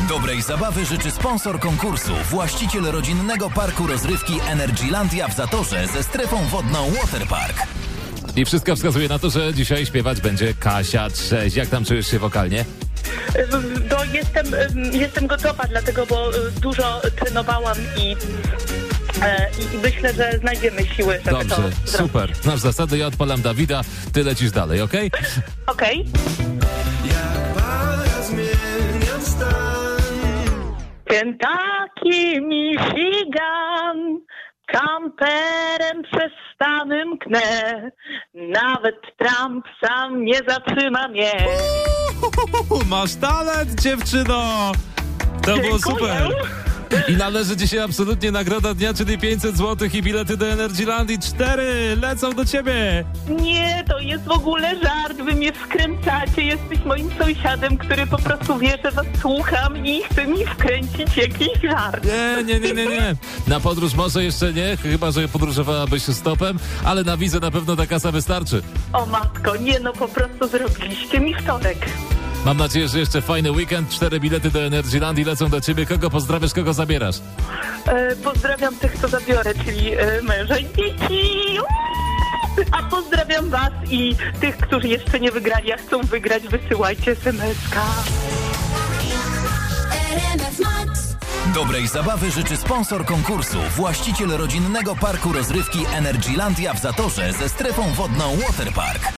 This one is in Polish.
Dobrej zabawy życzy sponsor konkursu, właściciel rodzinnego parku rozrywki Energylandia w Zatorze ze strefą wodną Waterpark. I wszystko wskazuje na to, że dzisiaj śpiewać będzie Kasia Trzeź. Jak tam czujesz się wokalnie? Jestem gotowa, dlatego, bo dużo trenowałam i myślę, że znajdziemy siły, żeby Dobrze, to zrobić. super. Znasz zasady, ja odpalam Dawida, ty lecisz dalej, okej? Okej. Kentucky, Michigan, kamperem przez Stany mknę. Nawet Trump sam nie zatrzyma mnie. Masz talent, dziewczyno! To było super. I należy ci się absolutnie nagroda dnia, czyli 500 zł i bilety do Energylandii. 4 lecą do ciebie. Nie, to jest w ogóle żart, wy mnie wkręcacie, jesteś moim sąsiadem, który po prostu wie, że was słucham i chce mi wkręcić jakiś żart. Nie. Na podróż może jeszcze nie, chyba że podróżowałabyś stopem, ale na wizę na pewno ta kasa wystarczy. O matko, nie no, po prostu zrobiliście mi wtorek. Mam nadzieję, że jeszcze fajny weekend, 4 bilety do Energylandii lecą do ciebie. Kogo pozdrawiasz, kogo zabierasz? Pozdrawiam tych, co zabiorę, czyli męża i dzieci. A pozdrawiam was i tych, którzy jeszcze nie wygrali, a chcą wygrać, wysyłajcie SMS-ka. Dobrej zabawy życzy sponsor konkursu, właściciel rodzinnego parku rozrywki Energylandia w Zatorze ze strefą wodną Waterpark.